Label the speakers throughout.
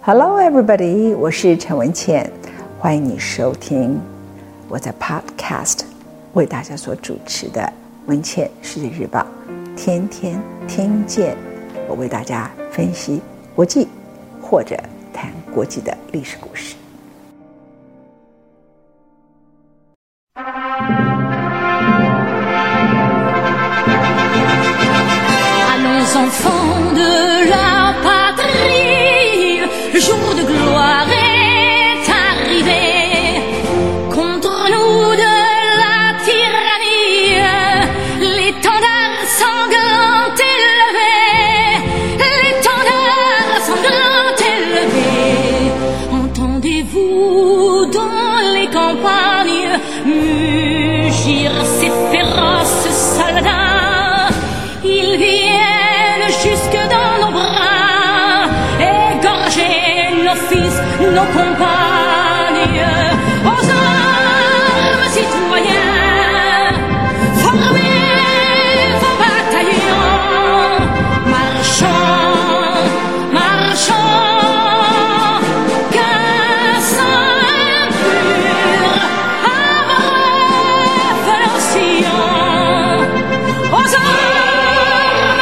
Speaker 1: Hello everybody， 我是陈文茜，欢迎你收听我在 Podcast 为大家所主持的文茜世界日报，天天听见我为大家分析国际或者谈国际的历史故事。
Speaker 2: Enfants de la patrie, le jour de gloire est arrivé. Contre nous de la tyrannie, l'étendard sanglant élevé, l'étendard sanglant élevé. Entendez-vous dans les campagnes mugir ces féroces soldats? Ils viennent jusque dans nos bras, égorger nos fils, nos compagnes. Aux armes, citoyens, formez vos bataillons, marchons, marchons, qu'un sang impur abreuve nos sillons. Aux armes,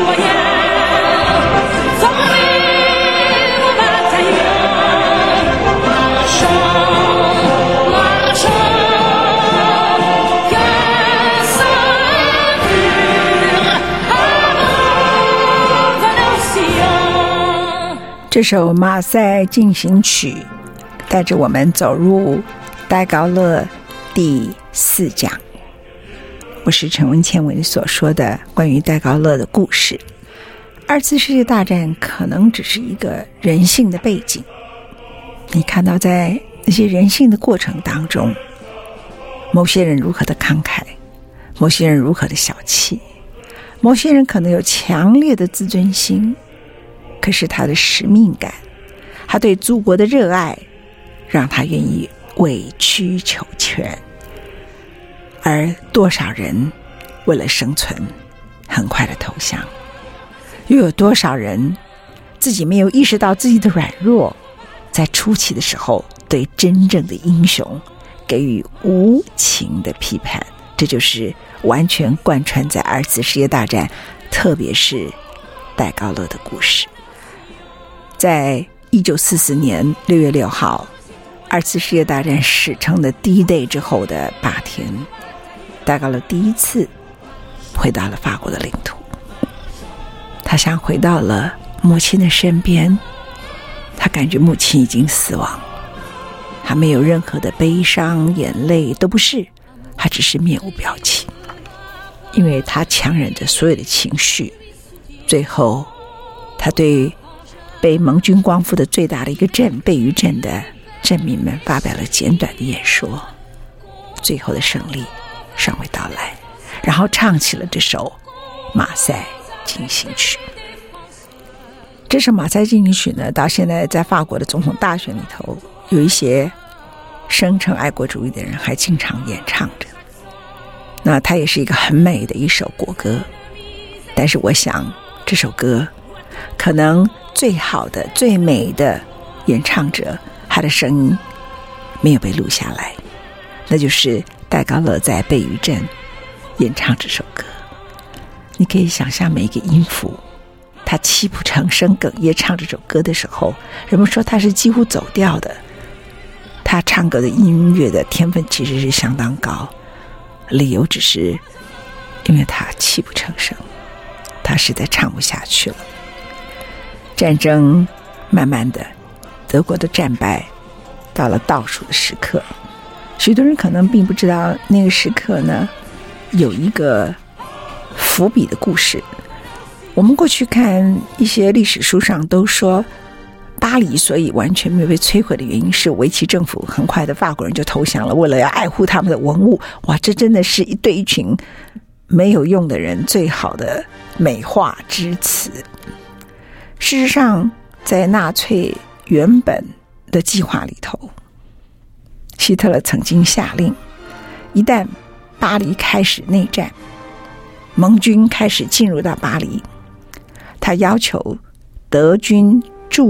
Speaker 1: 这首马赛进行曲带着我们走入戴高乐第4讲。我是陈文茜为你所说的关于戴高乐的故事。二次世界大战可能只是一个人性的背景，你看到在那些人性的过程当中，某些人如何的慷慨，某些人如何的小气，某些人可能有强烈的自尊心，可是他的使命感，他对祖国的热爱，让他愿意委曲求全。而多少人为了生存很快的投降，又有多少人自己没有意识到自己的软弱，在初期的时候对真正的英雄给予无情的批判。这就是完全贯穿在二次世界大战，特别是戴高乐的故事。在1944年6月6号二次世界大战史称的 D-Day 之后的8天，戴高乐第一次回到了法国的领土。他像回到了母亲的身边，他感觉母亲已经死亡，他没有任何的悲伤眼泪，都不是，他只是面无表情，因为他强忍着所有的情绪。最后他对被盟军光复的最大的一个镇贝于镇的镇民们发表了简短的演说，最后的胜利尚未到来，然后唱起了这首马赛进行曲。这首马赛进行曲呢，到现在在法国的总统大选里头，有一些声称爱国主义的人还经常演唱着。那它也是一个很美的一首国歌，但是我想这首歌可能最好的最美的演唱者，他的声音没有被录下来，那就是戴高乐在贝于镇演唱这首歌。你可以想象每一个音符，他泣不成声哽咽唱这首歌的时候，人们说他是几乎走调的。他唱歌的音乐的天分其实是相当高，理由只是因为他泣不成声，他实在唱不下去了。战争慢慢的，德国的战败到了倒数的时刻，许多人可能并不知道那个时刻呢有一个伏笔的故事。我们过去看一些历史书上都说，巴黎所以完全没有被摧毁的原因是维奇政府很快的法国人就投降了，为了要爱护他们的文物。哇，这真的是对一群没有用的人最好的美化之词。事实上在纳粹原本的计划里头，希特勒曾经下令，一旦巴黎开始内战，盟军开始进入到巴黎，他要求德军驻巴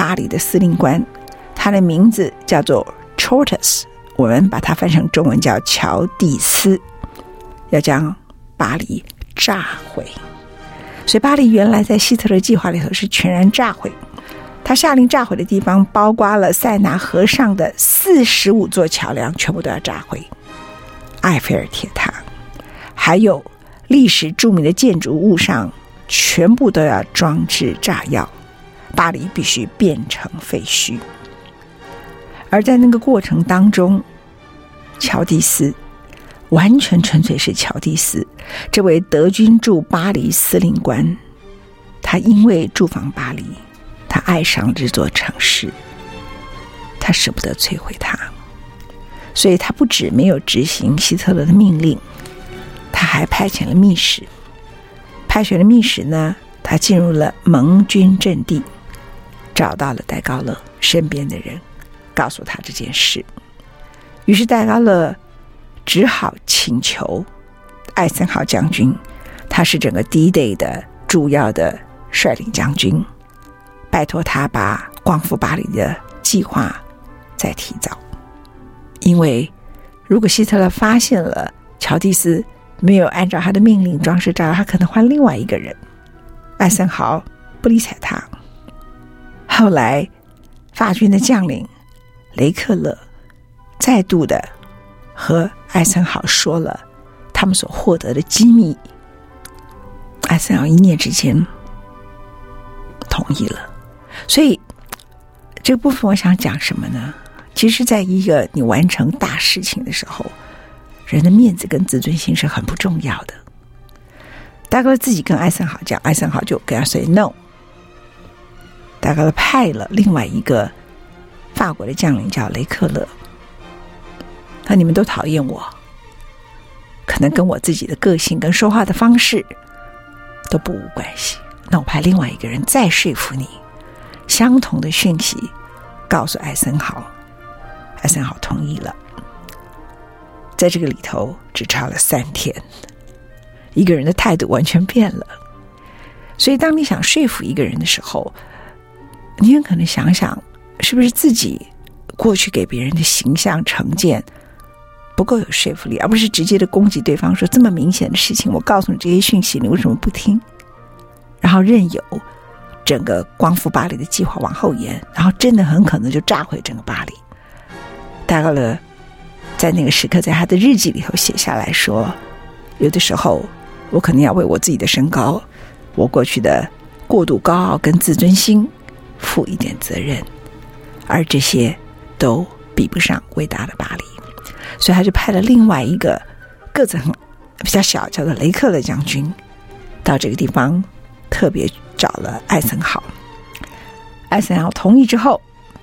Speaker 1: 巴黎的司令官，他的名字叫做 Chotus， 我们把它翻成中文叫乔蒂斯，要将巴黎炸毁。所以巴黎原来在希特勒计划里头是全然炸毁，他下令炸毁的地方包括了塞纳河上的45座桥梁，全部都要炸毁，埃菲尔铁塔，还有历史著名的建筑物上全部都要装置炸药，巴黎必须变成废墟。而在那个过程当中，乔蒂斯完全纯粹是乔蒂斯，这位德军驻巴黎司令官，他因为驻防巴黎，他爱上了这座城市，他舍不得摧毁它，所以他不止没有执行希特勒的命令，他还派遣了密使。派遣了密使呢，他进入了盟军阵地，找到了戴高乐身边的人，告诉他这件事。于是戴高乐只好请求艾森豪将军，他是整个 D-Day 的主要的率领将军，拜托他把光复巴黎的计划再提早。因为如果希特勒发现了乔蒂斯没有按照他的命令装饰炸药，他可能换另外一个人。艾森豪不理睬他。后来法军的将领雷克勒再度的和艾森豪说了他们所获得的机密，艾森豪一念之间同意了。所以这个部分我想讲什么呢？其实在一个你完成大事情的时候，人的面子跟自尊心是很不重要的。戴高乐自己跟艾森豪讲，艾森豪就跟他 say no。 戴高乐派了另外一个法国的将领叫雷克勒，那你们都讨厌我，可能跟我自己的个性跟说话的方式都不无关系，那我派另外一个人再说服你，相同的讯息告诉艾森豪，艾森豪同意了。在这个里头只差了3天，一个人的态度完全变了。所以当你想说服一个人的时候，你很可能想想是不是自己过去给别人的形象成见不够有说服力，而不是直接的攻击对方，说这么明显的事情我告诉你这些讯息你为什么不听，然后任由整个光复巴黎的计划往后延，然后真的很可能就炸毁整个巴黎。戴高乐在那个时刻在他的日记里头写下来说，有的时候我可能要为我自己的身高，我过去的过度高傲跟自尊心负一点责任，而这些都比不上伟大的巴黎。所以他就派了另外一个个子比较小叫做雷克勒将军到这个地方，特别找了艾森豪。艾森豪同意之后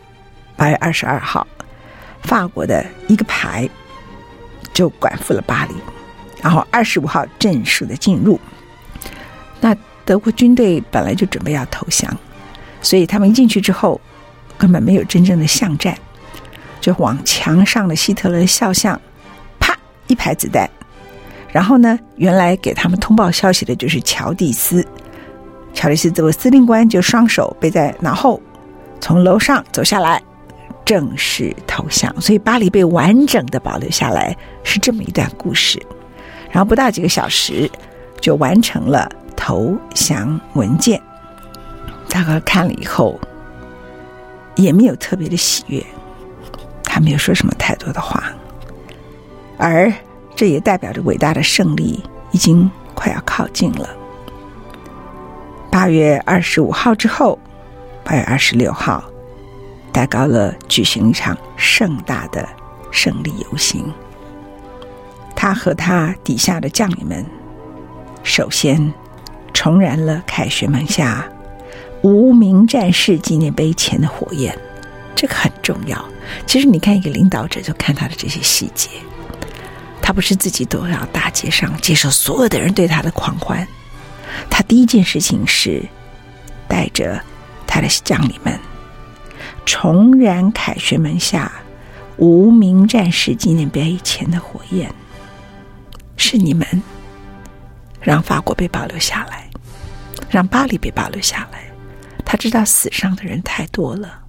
Speaker 1: ，8月22号法国的一个排就管赴了巴黎，然后25号正式的进入。那德国军队本来就准备要投降，所以他们一进去之后根本没有真正的巷战，就往墙上的希特勒肖像啪一排子弹。然后呢，原来给他们通报消息的就是乔蒂斯这位司令官就双手背在脑后，从楼上走下来正式投降。所以巴黎被完整的保留下来，是这么一段故事。然后不到几个小时就完成了投降文件。大概看了以后也没有特别的喜悦，他没有说什么太多的话，而这也代表着伟大的胜利已经快要靠近了。8月25号之后，8月26号戴高乐举行一场盛大的胜利游行。他和他底下的将领们首先重燃了凯旋门下无名战士纪念碑前的火焰，这个很重要。其实你看一个领导者就看他的这些细节，他不是自己走到大街上接受所有的人对他的狂欢，他第一件事情是带着他的将领们重燃凯旋门下无名战士纪念碑前的火焰。是你们让法国被保留下来，让巴黎被保留下来。他知道死伤的人太多了，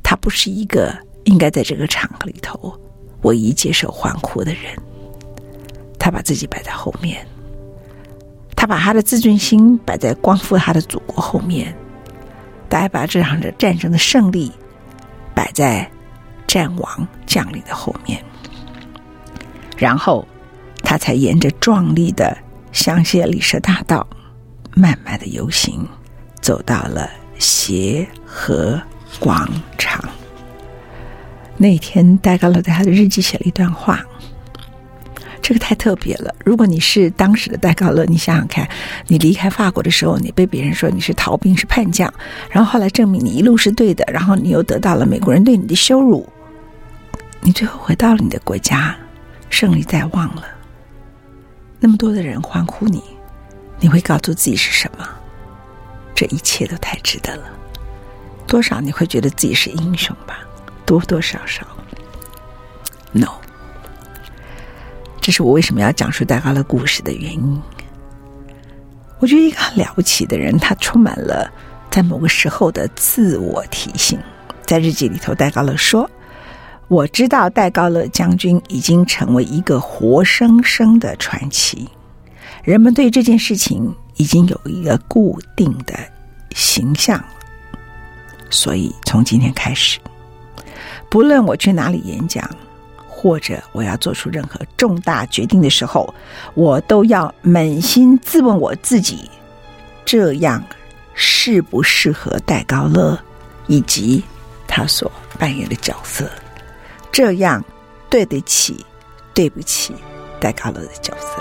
Speaker 1: 他不是一个应该在这个场合里头唯一接受欢呼的人。他把自己摆在后面，他把他的自尊心摆在光复他的祖国后面，他还把这场的战争的胜利摆在战王将领的后面。然后他才沿着壮丽的香榭丽舍大道慢慢的游行，走到了协和广场。那天戴高乐在他的日记写了一段话，这个太特别了。如果你是当时的戴高乐，你想想看，你离开法国的时候，你被别人说你是逃兵，是叛将，然后后来证明你一路是对的，然后你又得到了美国人对你的羞辱，你最后回到了你的国家，胜利在望了，那么多的人欢呼你，你会告诉自己是什么？这一切都太值得了。多少你会觉得自己是英雄吧？多多少少 No。 这是我为什么要讲述戴高乐故事的原因。我觉得一个很了不起的人，他充满了在某个时候的自我提醒。在日记里头，戴高乐说，我知道戴高乐将军已经成为一个活生生的传奇，人们对这件事情已经有一个固定的形象了。所以从今天开始，不论我去哪里演讲，或者我要做出任何重大决定的时候，我都要扪心自问我自己，这样适不适合戴高乐以及他所扮演的角色，这样对得起对不起戴高乐的角色。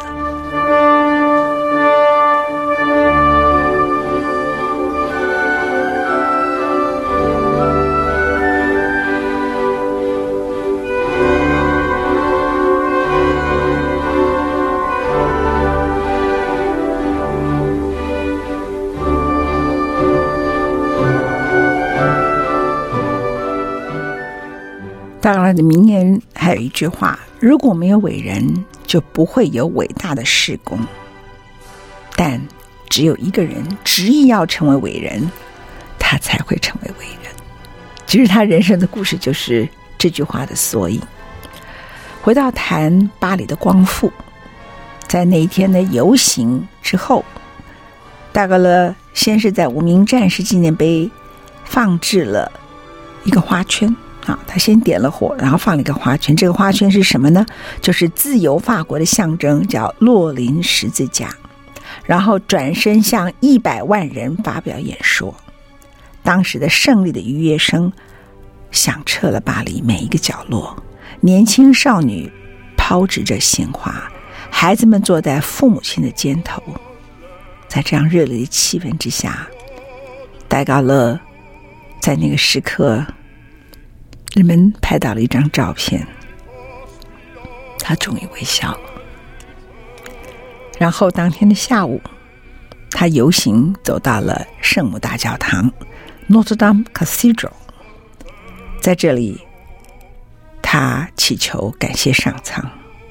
Speaker 1: 戴高乐的名言还有一句话，如果没有伟人，就不会有伟大的事功，但只有一个人执意要成为伟人，他才会成为伟人。其实他人生的故事就是这句话的缩影。回到谈巴黎的光复，在那一天的游行之后，戴高乐先是在无名战士纪念碑放置了一个花圈，他先点了火，然后放了一个花圈。这个花圈是什么呢？就是自由法国的象征，叫洛林十字架。然后转身向100万人发表演说。当时的胜利的愉悦声响彻了巴黎每一个角落，年轻少女抛掷着鲜花，孩子们坐在父母亲的肩头。在这样热烈的气氛之下，戴高乐在那个时刻，人们拍到了一张照片，他终于微笑了。然后当天的下午，他游行走到了圣母大教堂 Notre Dame Cathedral， 在这里他祈求感谢上苍。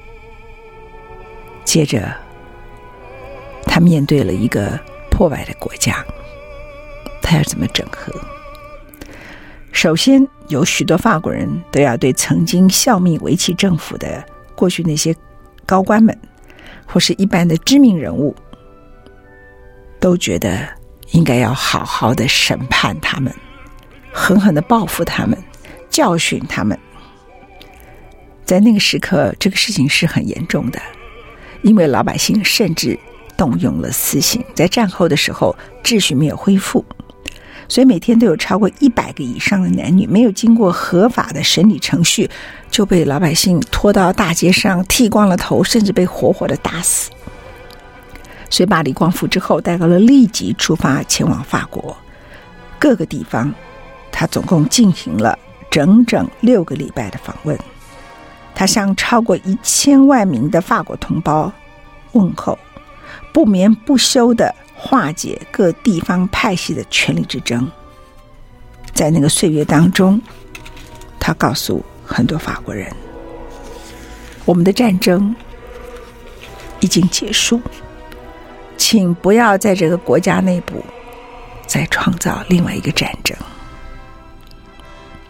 Speaker 1: 接着他面对了一个破败的国家，他要怎么整合？首先有许多法国人都要对曾经效命维希政府的过去那些高官们或是一般的知名人物，都觉得应该要好好的审判他们，狠狠的报复他们，教训他们。在那个时刻，这个事情是很严重的，因为老百姓甚至动用了私刑。在战后的时候，秩序没有恢复，所以每天都有超过100个以上的男女没有经过合法的审理程序，就被老百姓拖到大街上，剃光了头，甚至被活活的打死。所以巴黎光复之后，戴高乐立即出发前往法国各个地方，他总共进行了整整6个礼拜的访问。他向超过1000万名的法国同胞问候，不眠不休地化解各地方派系的权力之争。在那个岁月当中，他告诉很多法国人，我们的战争已经结束，请不要在这个国家内部再创造另外一个战争。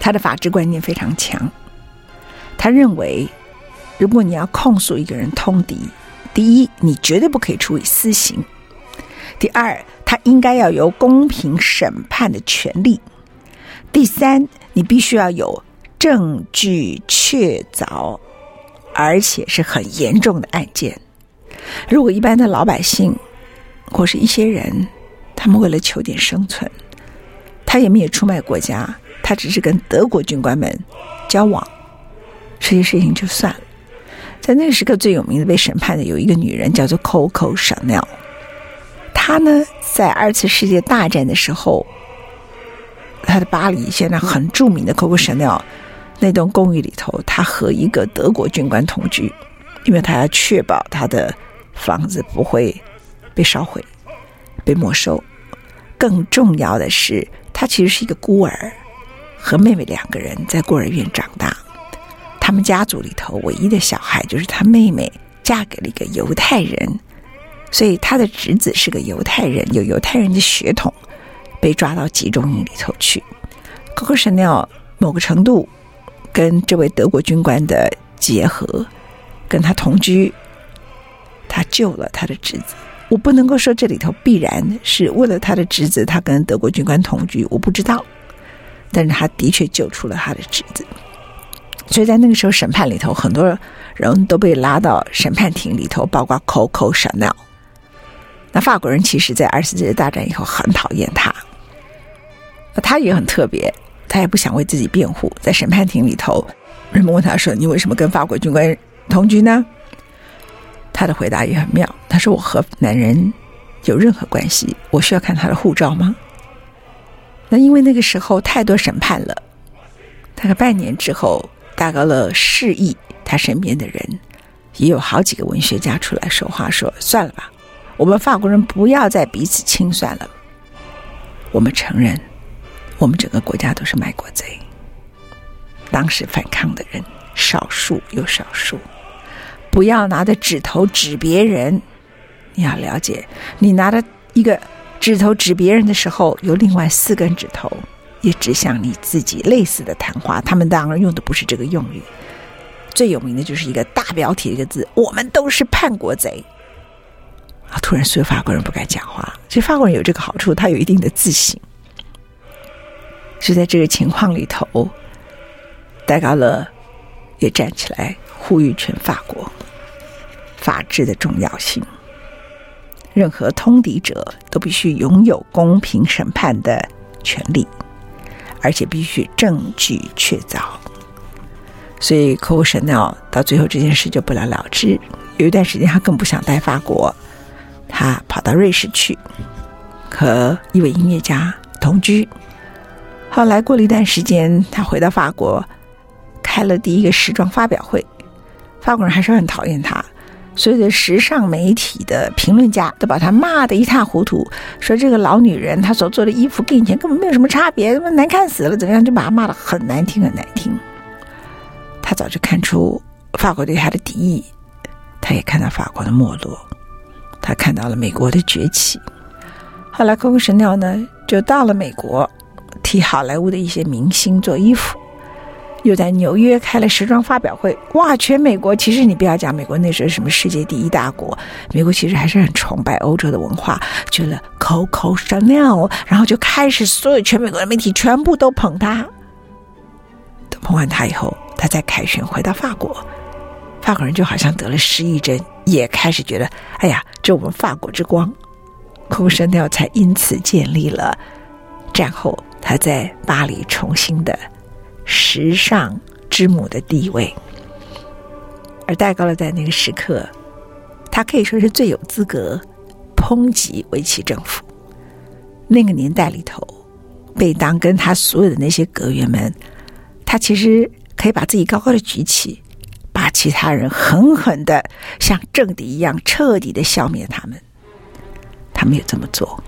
Speaker 1: 他的法治观念非常强。他认为，如果你要控诉一个人通敌，第一，你绝对不可以处以私刑；第二，他应该要有公平审判的权利；第三，你必须要有证据确凿，而且是很严重的案件。如果一般的老百姓或是一些人，他们为了求点生存，他也没有出卖国家，他只是跟德国军官们交往，这些事情就算了。在那个时刻最有名的被审判的有一个女人叫做 Coco Chanel。 她呢在2次世界大战的时候，她的巴黎现在很著名的 Coco Chanel 那栋公寓里头，她和一个德国军官同居，因为她要确保她的房子不会被烧毁被没收。更重要的是，她其实是一个孤儿，和妹妹2个人在孤儿院长大。他们家族里头唯一的小孩就是他妹妹嫁给了一个犹太人，所以他的侄子是个犹太人，有犹太人的血统，被抓到集中营里头去。Coco Chanel 某个程度跟这位德国军官的结合，跟他同居，他救了他的侄子。我不能够说这里头必然是为了他的侄子他跟德国军官同居，我不知道，但是他的确救出了他的侄子。所以在那个时候审判里头，很多人都被拉到审判庭里头，包括 Coco Chanel。 那法国人其实在2次世界大战以后很讨厌他，他也很特别，他也不想为自己辩护。在审判庭里头，人们问他说，你为什么跟法国军官同居呢？他的回答也很妙，他说，我和男人有任何关系，我需要看他的护照吗？那因为那个时候太多审判了，大概半年之后，戴高乐示意他身边的人，也有好几个文学家出来说话，说算了吧，我们法国人不要再彼此清算了，我们承认我们整个国家都是卖国贼。当时反抗的人少数有少数，不要拿着指头指别人。你要了解，你拿着一个指头指别人的时候，有另外4根指头也指向你自己。类似的谈话，他们当然用的不是这个用语。最有名的就是一个大标题的一个字，我们都是叛国贼。突然所有法国人不敢讲话。其实法国人有这个好处，他有一定的自省。是在这个情况里头，戴高乐也站起来呼吁全法国法治的重要性，任何通敌者都必须拥有公平审判的权利，而且必须证据确凿。所以 Coco Chanel 到最后这件事就不了了之。有一段时间他更不想待法国，他跑到瑞士去和一位音乐家同居。后来过了一段时间，他回到法国开了第一个时装发表会。法国人还是很讨厌他，所有的时尚媒体的评论家都把他骂得一塌糊涂，说这个老女人她所做的衣服跟以前根本没有什么差别，难看死了，怎么样，就把他骂得很难听很难听。他早就看出法国对他的敌意，他也看到法国的没落，他看到了美国的崛起。后来 Coco Chanel 呢就到了美国，替好莱坞的一些明星做衣服，又在纽约开了时装发表会。哇，全美国，其实你不要讲美国那时候什么世界第一大国，美国其实还是很崇拜欧洲的文化，觉得 Coco Chanel， 然后就开始所有全美国的媒体全部都捧他。等捧完他以后，他再凯旋回到法国，法国人就好像得了失忆症，也开始觉得哎呀，这我们法国之光。Coco Chanel 才因此建立了战后他在巴黎重新的时尚之母的地位。而戴高乐在那个时刻，他可以说是最有资格抨击维希政府。那个年代里头，贝当跟他所有的那些阁员们，他其实可以把自己高高的举起，把其他人狠狠的像政敌一样彻底的消灭他们。他没有这么做。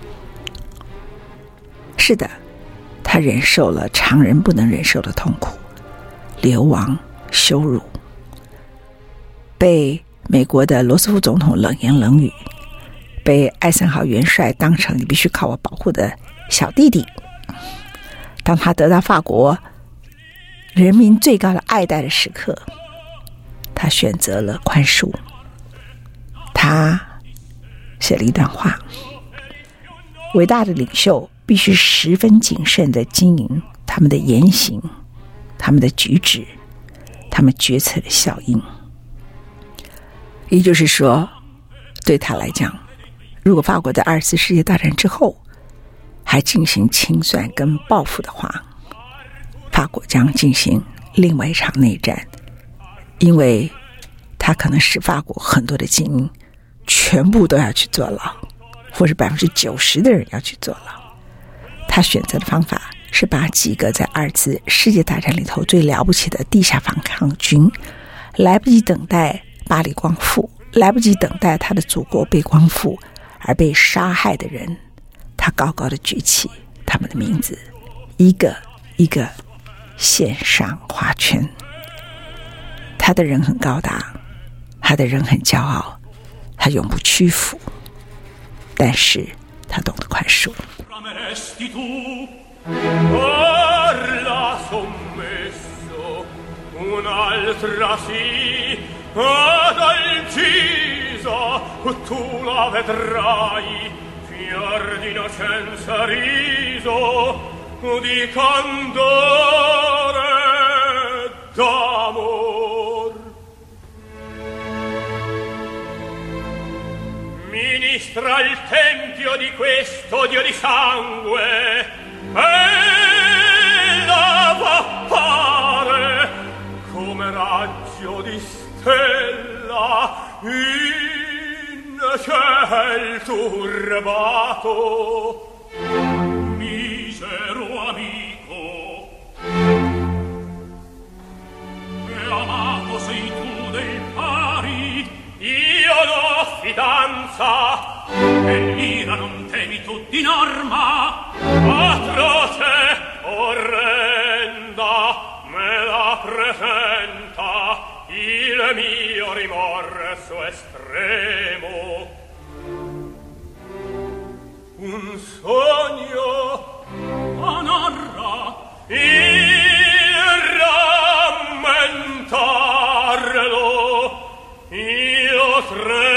Speaker 1: 是的，他忍受了常人不能忍受的痛苦，流亡、羞辱，被美国的罗斯福总统冷言冷语，被艾森豪元帅当成你必须靠我保护的小弟弟。当他得到法国人民最高的爱戴的时刻，他选择了宽恕。他写了一段话：伟大的领袖必须十分谨慎地经营他们的言行、他们的举止、他们决策的效应。也就是说，对他来讲，如果法国在2次世界大战之后还进行清算跟报复的话，法国将进行另外一场内战，因为他可能使法国很多的精英全部都要去坐牢，或是90%的人要去坐牢。他选择的方法是把几个在2次世界大战里头最了不起的地下反抗军，来不及等待巴黎光复，来不及等待他的祖国被光复而被杀害的人，他高高的举起他们的名字，一个一个献上花圈。他的人很高大，他的人很骄傲，他永不屈服，但是他懂得宽恕。
Speaker 3: Un'altra sì, ad Alcisa tu la vedrai, fior d'innocenza riso, di candore d'amor. Ministra il tempio di questo Dio di sangue, e la va fare come raggio di stella in ciel turbato. Misero amico, e amato sei tu del pari, io do fidanza, e l'ira non temi tu di norma, atroce, orrenda, me la presenta il mio rimorso estremo. Un sogno narra il rammentarlo, io tremo